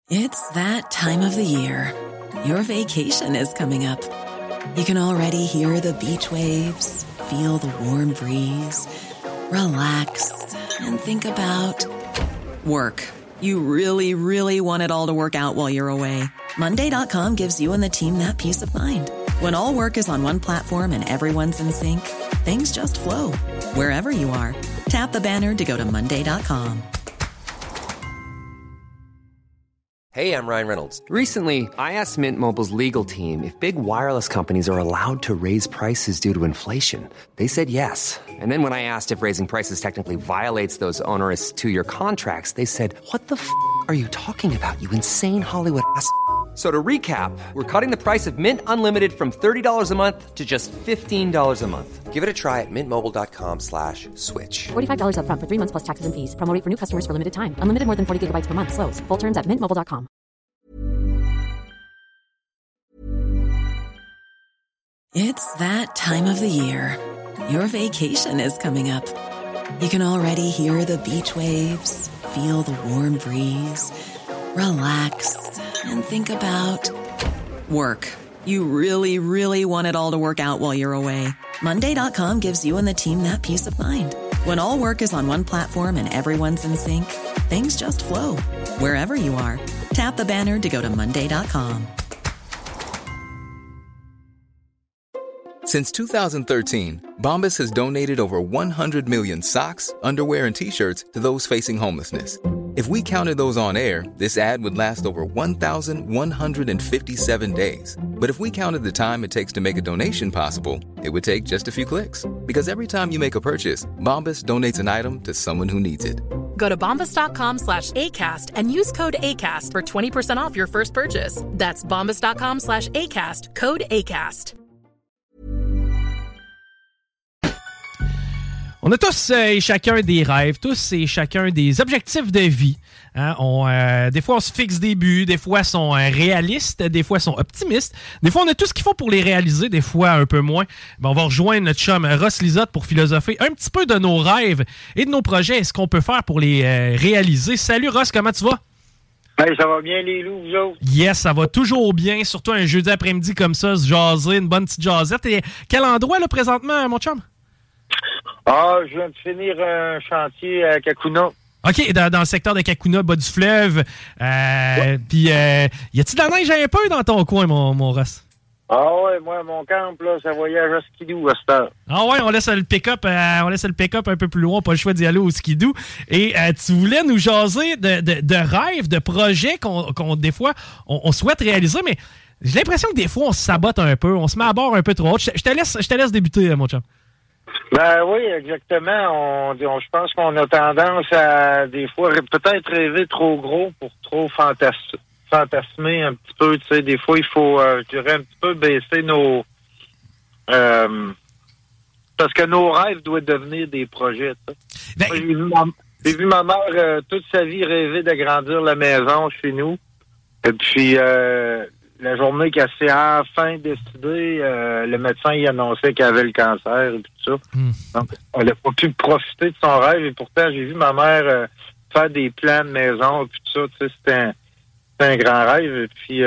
It's that time of the year. Your vacation is coming up. You can already hear the beach waves, feel the warm breeze, relax, and think about work. You really, really want it all to work out while you're away. Monday.com gives you and the team that peace of mind. When all work is on one platform and everyone's in sync, things just flow. Wherever you are, tap the banner to go to Monday.com. Hey, I'm Ryan Reynolds. Recently, I asked Mint Mobile's legal team if big wireless companies are allowed to raise prices due to inflation. They said yes. And then when I asked if raising prices technically violates those onerous two-year contracts, they said, "What the f*** are you talking about, you insane Hollywood ass?" So to recap, we're cutting the price of Mint Unlimited from $30 a month to just $15 a month. Give it a try at mintmobile.com/switch. $45 up front for 3 months plus taxes and fees. Promo rate for new customers for limited time. Unlimited more than 40 gigabytes per month. Slows full terms at mintmobile.com. It's that time of the year. Your vacation is coming up. You can already hear the beach waves, feel the warm breeze, relax, and think about work. You really, really want it all to work out while you're away. Monday.com gives you and the team that peace of mind. When all work is on one platform and everyone's in sync, things just flow. Wherever you are, tap the banner to go to Monday.com. Since 2013, Bombas has donated over 100 million socks, underwear, and T-shirts to those facing homelessness. If we counted those on air, this ad would last over 1,157 days. But if we counted the time it takes to make a donation possible, it would take just a few clicks. Because every time you make a purchase, Bombas donates an item to someone who needs it. Go to bombas.com/ACAST and use code ACAST for 20% off your first purchase. That's bombas.com/ACAST, code ACAST. On a tous et chacun des rêves, tous et chacun des objectifs de vie. Hein? Des fois, on se fixe des buts, des fois, ils sont réalistes, des fois, ils sont optimistes. Des fois, on a tout ce qu'il faut pour les réaliser, des fois, un peu moins. Ben, on va rejoindre notre chum Ross Lisotte pour philosopher un petit peu de nos rêves et de nos projets et ce qu'on peut faire pour les réaliser. Salut Ross, comment tu vas? Hey, ça va bien, les loups, vous autres? Yes, ça va toujours bien, surtout un jeudi après-midi comme ça, se jaser, une bonne petite jasette. Et quel endroit, là, présentement, mon chum? Ah, je viens de finir un chantier à Kakuna. OK, dans le secteur de Kakuna, bas du fleuve. Puis, y a-t-il de la neige un peu dans ton coin, mon Ross? Ah ouais, moi, mon camp, là, ça voyage à Skidoo à cette heure. Ah ouais, on laisse le pick-up un peu plus loin, pas le choix d'y aller au Skidoo. Et tu voulais nous jaser de rêves, de projets qu'on des fois, on souhaite réaliser, mais j'ai l'impression que des fois, on se sabote un peu, on se met à bord un peu trop haut. Je te laisse débuter, mon chum. Ben oui, exactement. Je pense qu'on a tendance à, des fois, peut-être rêver trop gros pour trop fantasmer un petit peu. Tu sais, des fois, il faut, je dirais, un petit peu baisser nos... parce que nos rêves doivent devenir des projets. Ben... J'ai vu ma mère toute sa vie rêver d'agrandir la maison chez nous. Et puis... la journée qu'elle s'est enfin décidée, le médecin y annonçait qu'elle avait le cancer et tout ça. Donc, elle n'a pas pu profiter de son rêve. Et pourtant, j'ai vu ma mère faire des plans de maison et tout ça. Tu sais, c'était un grand rêve. Et puis,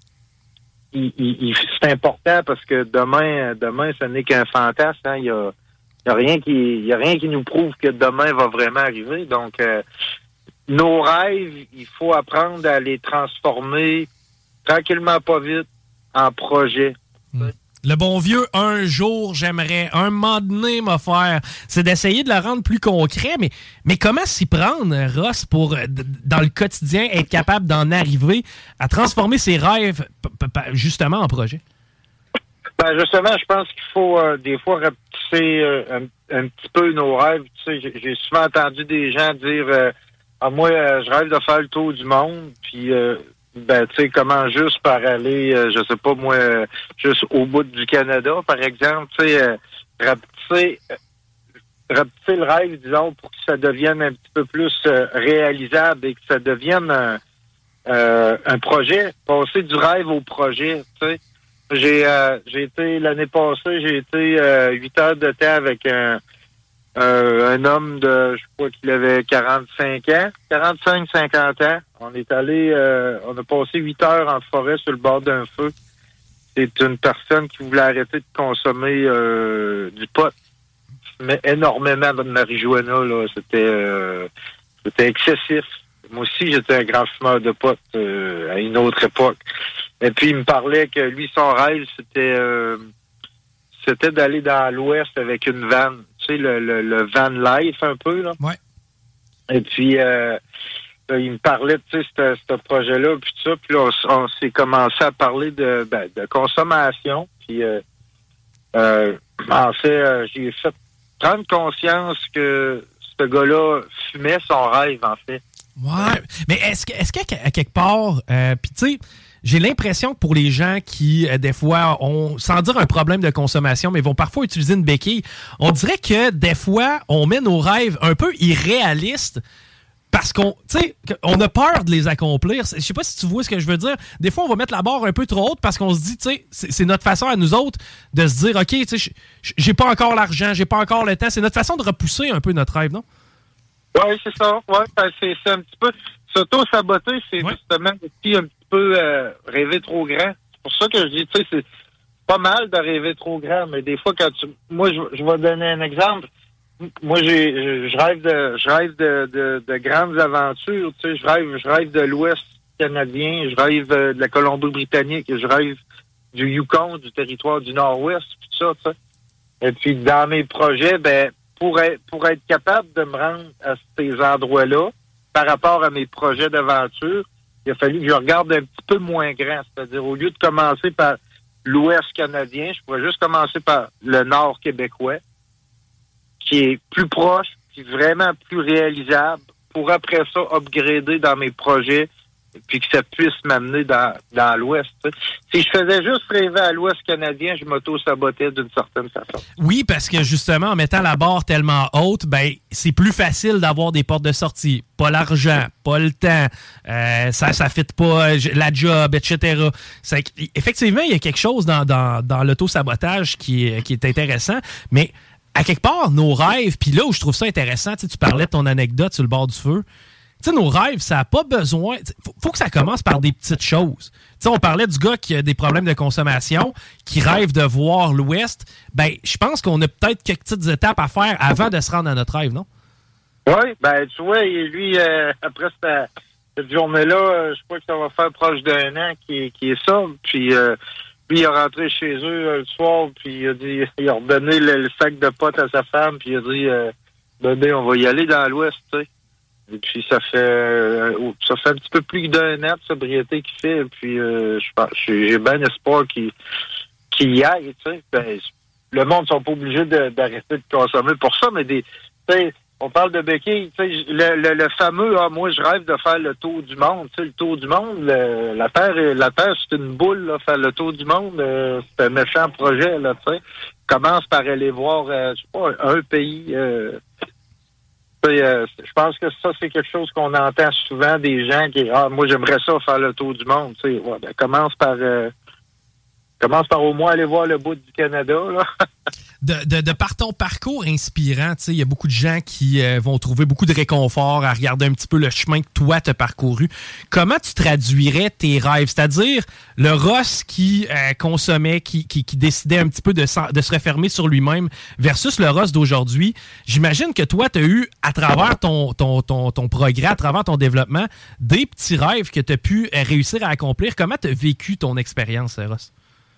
c'est important parce que demain, ce n'est qu'un fantasme. Hein. Il y a rien qui nous prouve que demain va vraiment arriver. Donc, nos rêves, il faut apprendre à les transformer tranquillement, pas vite, en projet. Le bon vieux, un jour, j'aimerais, un moment donné, me faire, c'est d'essayer de le rendre plus concret, mais comment s'y prendre, Ross, pour, dans le quotidien, être capable d'en arriver à transformer ses rêves, justement, en projet? Ben, justement, je pense qu'il faut, des fois, rapetisser un petit peu nos rêves. Tu sais, j'ai souvent entendu des gens dire, moi, je rêve de faire le tour du monde, puis... ben, tu sais, comment juste par aller, je sais pas, moi, juste au bout du Canada, par exemple, tu sais, rapetisser le rêve, disons, pour que ça devienne un petit peu plus réalisable et que ça devienne un projet, passer du rêve au projet, tu sais. J'ai été, l'année passée, 8 heures de temps avec un homme je crois qu'il avait 45-50 ans. On est allé, on a passé 8 heures en forêt sur le bord d'un feu. C'est une personne qui voulait arrêter de consommer du pot. Mais énormément de marijuana, là. C'était excessif. Moi aussi, j'étais un grand fumeur de pot à une autre époque. Et puis, il me parlait que lui, son rêve, c'était d'aller dans l'Ouest avec une van. Tu sais, le van life un peu, là. Ouais. Et puis, il me parlait, tu sais, ce projet-là, puis tout ça. Puis là, on s'est commencé à parler de consommation. Puis, en fait, j'ai fait prendre conscience que ce gars-là fumait son rêve, en fait. Ouais, mais est-ce qu'à quelque part, puis tu sais, j'ai l'impression que pour les gens qui, des fois, ont, sans dire un problème de consommation, mais vont parfois utiliser une béquille, on dirait que des fois, on met nos rêves un peu irréalistes parce qu'on, tu sais, on a peur de les accomplir. Je sais pas si tu vois ce que je veux dire. Des fois, on va mettre la barre un peu trop haute parce qu'on se dit, tu sais, c'est notre façon à nous autres de se dire, OK, tu sais, j'ai pas encore l'argent, j'ai pas encore le temps. C'est notre façon de repousser un peu notre rêve, non? Oui, c'est ça. Ouais, c'est un petit peu... S'auto-saboter, c'est justement aussi un petit peu rêver trop grand. C'est pour ça que je dis, tu sais, c'est pas mal de rêver trop grand, mais des fois, quand tu... Moi, je vais donner un exemple. Moi, je rêve de grandes aventures, tu sais, je rêve de l'Ouest canadien, je rêve de la Colombie-Britannique, je rêve du Yukon, du territoire du Nord-Ouest, tout ça, tu sais. Et puis, dans mes projets, pour être capable de me rendre à ces endroits-là, par rapport à mes projets d'aventure, il a fallu que je regarde un petit peu moins grand. C'est-à-dire, au lieu de commencer par l'Ouest canadien, je pourrais juste commencer par le Nord québécois, qui est plus proche, puis vraiment plus réalisable, pour après ça upgrader dans mes projets, puis que ça puisse m'amener dans l'Ouest. Tu sais. Si je faisais juste rêver à l'Ouest canadien, je m'auto-sabotais d'une certaine façon. Oui, parce que justement, en mettant la barre tellement haute, c'est plus facile d'avoir des portes de sortie. Pas l'argent, pas le temps, ça fit pas, la job, etc. Effectivement, il y a quelque chose dans l'auto-sabotage qui est intéressant, mais à quelque part, nos rêves, puis là où je trouve ça intéressant, tu parlais de ton anecdote sur le bord du feu. Tu sais, nos rêves, ça n'a pas besoin... Faut que ça commence par des petites choses. Tu sais, on parlait du gars qui a des problèmes de consommation, qui rêve de voir l'Ouest. Je pense qu'on a peut-être quelques petites étapes à faire avant de se rendre à notre rêve, non? Oui, tu vois, lui, après cette journée-là, je crois que ça va faire proche d'un an qui est ça. Puis, lui, il est rentré chez eux le soir, puis il a redonné le sac de potes à sa femme, puis il a dit, bébé, on va y aller dans l'Ouest, tu sais. Et puis, ça fait un petit peu plus d'un an de sobriété qu'il fait. Et puis, j'ai bien espoir qu'il y aille, tu sais. Le monde ne sont pas obligés d'arrêter de consommer pour ça, mais tu sais, on parle de béquilles, tu sais, le fameux, moi, je rêve de faire le tour du monde. Tu sais, le tour du monde, la Terre, c'est une boule, là, faire le tour du monde, c'est un méchant projet, là, tu sais. Commence par aller voir, je sais pas, un pays... je pense que ça, c'est quelque chose qu'on entend souvent des gens qui moi, j'aimerais ça faire le tour du monde. Tu sais, commence par au moins aller voir le bout du Canada. Là. De par ton parcours inspirant, il y a beaucoup de gens qui vont trouver beaucoup de réconfort à regarder un petit peu le chemin que toi t'as parcouru. Comment tu traduirais tes rêves? C'est-à-dire le Ross qui consommait, qui décidait un petit peu de se refermer sur lui-même versus le Ross d'aujourd'hui. J'imagine que toi, tu as eu, à travers ton progrès, à travers ton développement, des petits rêves que tu as pu réussir à accomplir. Comment tu as vécu ton expérience, Ross?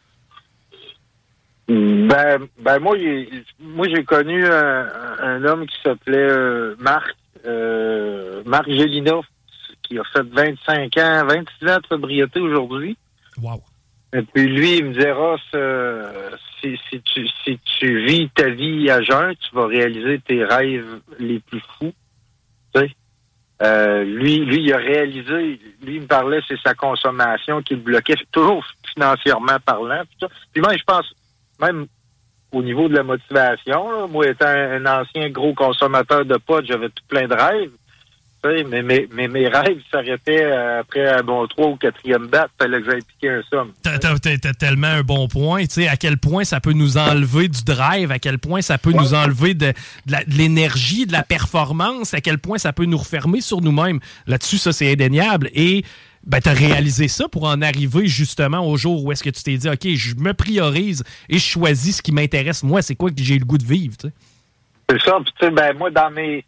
Moi, j'ai connu un homme qui s'appelait Marc Gélina, qui a fait 26 ans de sobriété aujourd'hui. Wow. Et puis lui, il me disait, Ross, si tu vis ta vie à jeun, tu vas réaliser tes rêves les plus fous. Tu sais? Lui, il a réalisé, lui, il me parlait, c'est sa consommation qui le bloquait, toujours financièrement parlant. Puis moi, je pense, même au niveau de la motivation, là, moi étant un ancien gros consommateur de pot, j'avais tout plein de rêves. Tu sais, mais mes rêves s'arrêtaient après un bon 3 ou 4e batte. Fallait que j'aille piquer un somme. T'as tellement un bon point. Tu sais, à quel point ça peut nous enlever du drive, à quel point ça peut nous enlever de l'énergie, de la performance, à quel point ça peut nous refermer sur nous-mêmes. Là-dessus, ça, c'est indéniable. Et ben, t'as réalisé ça pour en arriver justement au jour où est-ce que tu t'es dit, OK, je me priorise et je choisis ce qui m'intéresse. Moi, c'est quoi que j'ai le goût de vivre, tu sais? C'est ça. Puis, tu sais, ben, moi, dans mes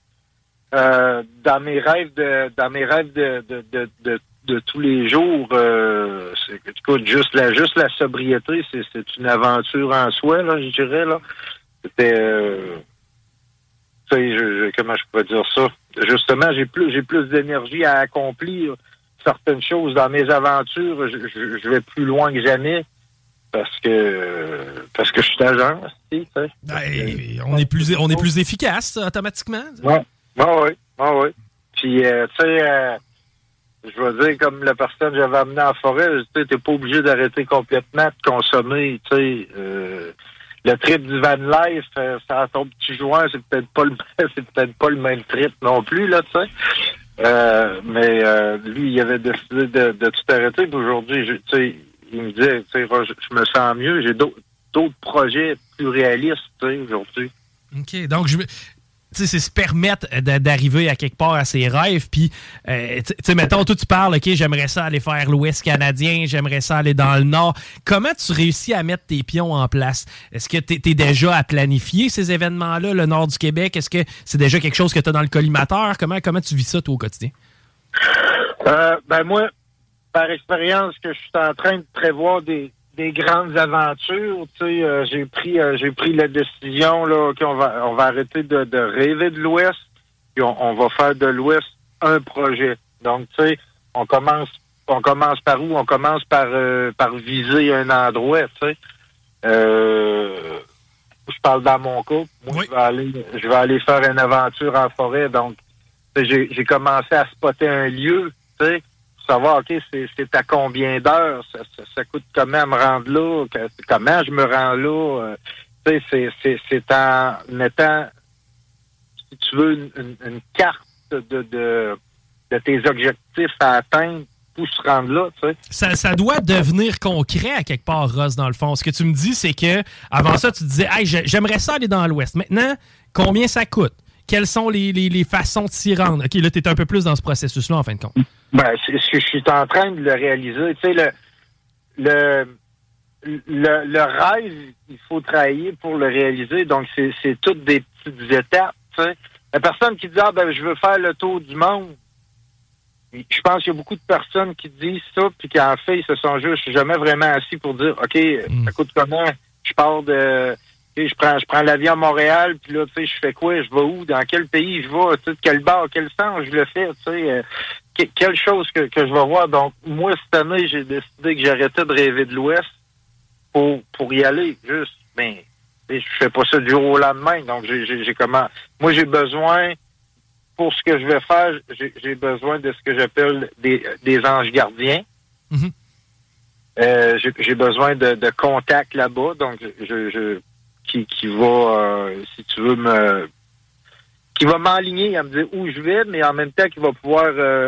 rêves de tous les jours, écoute, juste la sobriété, c'est une aventure en soi, là, je dirais, là. C'était, tu sais, comment je pourrais dire ça? Justement, j'ai plus d'énergie à accomplir certaines choses dans mes aventures. Je vais plus loin que jamais. Parce que je suis agent, tu sais. Ben, on est plus efficace, automatiquement. Oui. Puis, tu sais, je vais dire, comme la personne que j'avais amenée en forêt, tu sais, t'es pas obligé d'arrêter complètement de consommer, tu sais. Le trip du van life, ça ton petit joint, c'est peut-être pas le même trip non plus, là, tu sais. Mais lui, il avait décidé de tout arrêter. Puis aujourd'hui, tu sais, il me disait, tu sais, je me sens mieux, j'ai d'autres projets plus réalistes, tu sais, aujourd'hui. OK, donc tu sais, c'est se permettre d'arriver à quelque part à ses rêves, puis, tu sais, mettons, toi, tu parles, OK, j'aimerais ça aller faire l'Ouest canadien, j'aimerais ça aller dans le Nord. Comment tu réussis à mettre tes pions en place? Est-ce que t'es déjà à planifier ces événements-là, le Nord du Québec? Est-ce que c'est déjà quelque chose que tu as dans le collimateur? Comment tu vis ça, toi, au quotidien? Ben, moi, par expérience, que je suis en train de prévoir des grandes aventures, tu sais, j'ai pris la décision là qu'on va arrêter de rêver de l'Ouest, puis on va faire de l'Ouest un projet. Donc, tu sais, on commence par où? On commence par viser un endroit, tu sais. Je parle dans mon cas. Moi, oui. Je vais aller faire une aventure en forêt. Donc, j'ai commencé à spotter un lieu, tu sais. Savoir, OK, c'est à combien d'heures, ça coûte comment me rendre là, comment je me rends là. Tu sais, c'est en mettant, si tu veux, une carte de tes objectifs à atteindre pour se rendre là, tu sais. Ça doit devenir concret à quelque part, Ross, dans le fond. Ce que tu me dis, c'est que avant ça, tu te disais, hey, j'aimerais ça aller dans l'Ouest. Maintenant, combien ça coûte? Quelles sont les façons de s'y rendre? OK, là, tu es un peu plus dans ce processus-là, en fin de compte. Ben, je suis en train de le réaliser. Tu sais, le rêve, il faut travailler pour le réaliser. Donc, c'est toutes des petites étapes, tu sais. La personne qui dit, je veux faire le tour du monde. Je pense qu'il y a beaucoup de personnes qui disent ça, puis qui, en fait, ils se sont juste jamais vraiment assis pour dire, OK, ça coûte comment? Je pars de... Je prends l'avion à Montréal, puis là, tu sais, je fais quoi? Je vais où? Dans quel pays je vais? Tu sais, de quel bar, quel sens je le fais? Tu sais, quelle chose que je vais voir. Donc, moi, cette année, j'ai décidé que j'arrêtais de rêver de l'Ouest pour y aller. Juste, mais je fais pas ça du jour au lendemain. Donc, j'ai comment? Moi, j'ai besoin, pour ce que je vais faire, j'ai besoin de ce que j'appelle des anges gardiens. Mm-hmm. J'ai besoin de contacts là-bas. Donc, qui va, si tu veux, qui va m'aligner à me dire où je vais, mais en même temps qui va pouvoir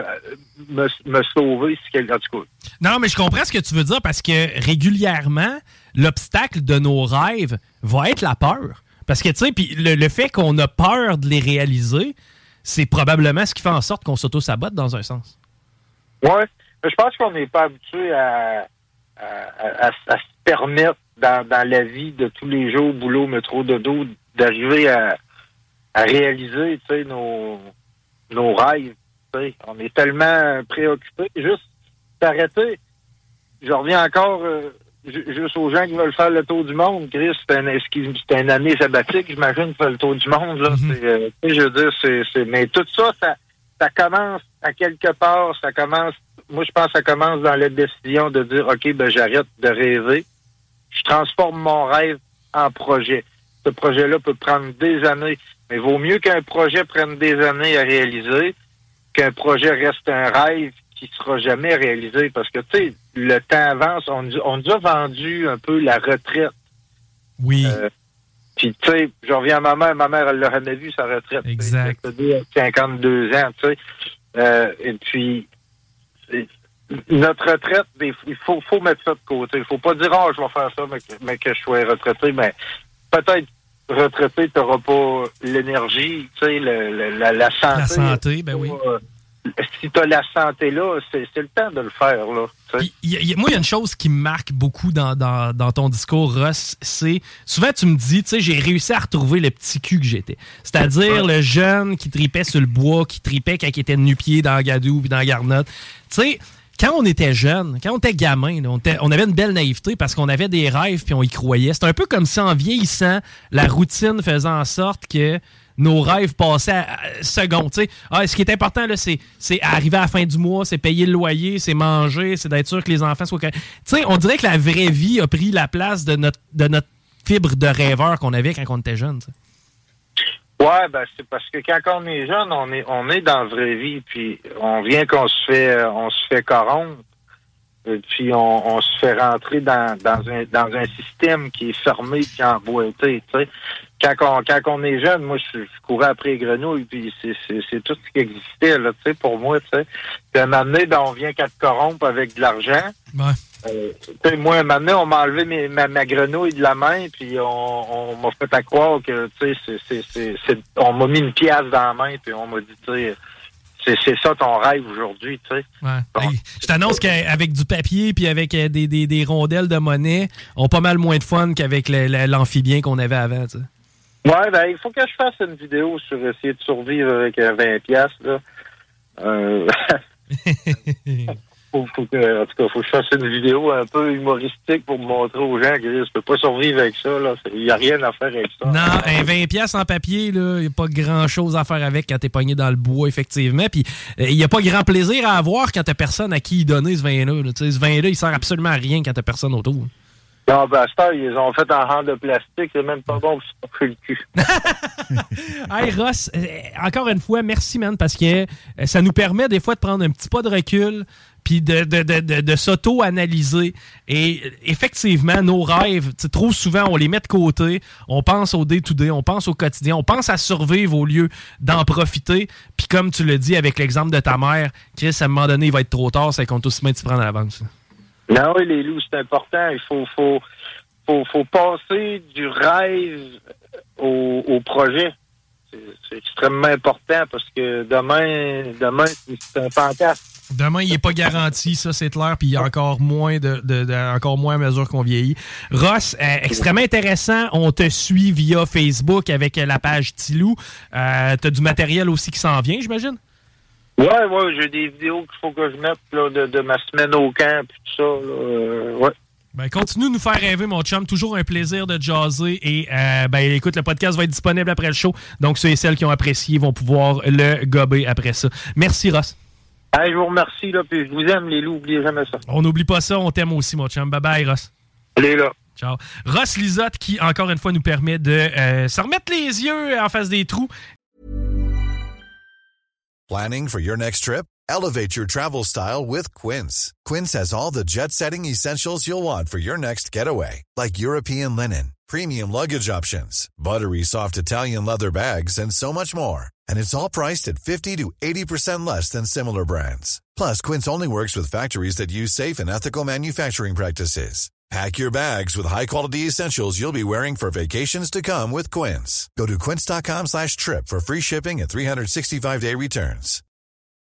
me sauver si quelqu'un, en tout cas. Non, mais je comprends ce que tu veux dire parce que régulièrement, l'obstacle de nos rêves va être la peur. Parce que, tu sais, puis le fait qu'on a peur de les réaliser, c'est probablement ce qui fait en sorte qu'on s'auto-sabote dans un sens. Oui, mais je pense qu'on n'est pas habitué à se permettre dans la vie de tous les jours, boulot, métro, dodo, d'arriver à réaliser, tu sais, nos rêves. Tu sais. On est tellement préoccupés. Juste s'arrêter. Je reviens encore juste aux gens qui veulent faire le tour du monde. Chris, c'est une année sabbatique, j'imagine, faire le tour du monde. Là. Mm-hmm. Je veux dire, mais tout ça, ça commence à quelque part. Ça commence. Moi, je pense que ça commence dans la décision de dire, OK, j'arrête de rêver. Je transforme mon rêve en projet. Ce projet-là peut prendre des années, mais vaut mieux qu'un projet prenne des années à réaliser qu'un projet reste un rêve qui sera jamais réalisé. Parce que, tu sais, le temps avance. On nous a vendu un peu la retraite. Oui. Puis, tu sais, je reviens à ma mère. Ma mère, elle l'a jamais vu, sa retraite. Exact. Elle a 52 ans, tu sais. Et puis, notre retraite, il faut mettre ça de côté. Il faut pas dire, je vais faire ça, mais que je sois retraité. Mais peut-être retraité, tu n'auras pas l'énergie, tu sais, la santé. La santé, ben oui. Si tu as la santé là, c'est le temps de le faire, là. Moi, il y a une chose qui me marque beaucoup dans ton discours, Ross, c'est souvent tu me dis, tu sais, j'ai réussi à retrouver le petit cul que j'étais. C'est-à-dire le jeune qui tripait sur le bois, qui tripait quand il était nu-pied dans Gadou puis dans Garnotte. Tu sais, quand on était jeune, quand on était gamin, là, on avait une belle naïveté parce qu'on avait des rêves puis on y croyait. C'est un peu comme si en vieillissant, la routine faisait en sorte que nos rêves passaient à second. Ce qui est important, là, c'est arriver à la fin du mois, c'est payer le loyer, c'est manger, c'est d'être sûr que les enfants soient... On dirait que la vraie vie a pris la place de notre fibre de rêveur qu'on avait quand on était jeune. T'sais. Ouais, ben c'est parce que quand on est jeune, on est dans la vraie vie, puis on vient qu'on se fait corrompre, et puis on se fait rentrer dans un système qui est fermé puis emboîté, tu sais. Quand on est jeune, moi je courais après les grenouilles, puis c'est tout ce qui existait là, tu sais, pour moi, tu sais. Puis à un moment donné, on vient qu'à te corrompre avec de l'argent. Ouais. Moi, un moment donné, on m'a enlevé ma grenouille de la main, puis on m'a fait à croire que, tu sais, on m'a mis une pièce dans la main, puis on m'a dit, tu sais, c'est ça ton rêve aujourd'hui, tu sais. Ouais. Bon. Hey, je t'annonce qu'avec du papier puis avec des rondelles de monnaie, on a pas mal moins de fun qu'avec l'amphibien qu'on avait avant, tu sais. Ouais, ben, il faut que je fasse une vidéo sur essayer de survivre avec 20$, là. En tout cas, faut que je fasse une vidéo un peu humoristique pour montrer aux gens que je peux pas survivre avec ça, là. Il n'y a rien à faire avec ça. Non, un 20$ en papier, là, il n'y a pas grand-chose à faire avec quand t'es pogné dans le bois, effectivement. Puis, il n'y a pas grand plaisir à avoir quand t'as personne à qui y donner ce 20$, là. Ce 20$, il sert absolument à rien quand t'as personne autour. Non, ben, à cette heure, ils ont fait en rang de plastique. C'est même pas bon pour se faire le cul. Hey, Ross, encore une fois, merci, man, parce que ça nous permet des fois de prendre un petit pas de recul puis de s'auto-analyser. Et effectivement, nos rêves, trop souvent, on les met de côté. On pense au day-to-day, on pense au quotidien, on pense à survivre au lieu d'en profiter. Puis comme tu le dis avec l'exemple de ta mère, Chris, à un moment donné, il va être trop tard, c'est qu'on compte aussi bien de se prendre à l'avance. Non, oui, les loups, c'est important. Il faut passer du rêve au projet. C'est extrêmement important parce que demain c'est un fantasme. Demain, il n'est pas garanti, ça c'est clair, puis il y a encore moins encore moins à mesure qu'on vieillit. Ross, extrêmement intéressant, on te suit via Facebook avec la page Tilou. T'as du matériel aussi qui s'en vient, j'imagine? Ouais, j'ai des vidéos qu'il faut que je mette là, de ma semaine au camp et tout ça. Là, ouais. Ben, continue de nous faire rêver, mon chum. Toujours un plaisir de jaser. Et écoute, le podcast va être disponible après le show. Donc, ceux et celles qui ont apprécié vont pouvoir le gober après ça. Merci, Ross. Hey, je vous remercie, là, puis je vous aime, les loups. N'oubliez jamais ça. On n'oublie pas ça. On t'aime aussi, mon chum. Bye-bye, Ross. Allez, là. Ciao. Ross Lisotte, qui, encore une fois, nous permet de se remettre les yeux en face des trous. Planning for your next trip? Elevate your travel style with Quince. Quince has all the jet-setting essentials you'll want for your next getaway, like European linen, premium luggage options, buttery soft Italian leather bags, and so much more. And it's all priced at 50 to 80% less than similar brands. Plus, Quince only works with factories that use safe and ethical manufacturing practices. Pack your bags with high-quality essentials you'll be wearing for vacations to come with Quince. Go to quince.com/trip for free shipping and 365-day returns.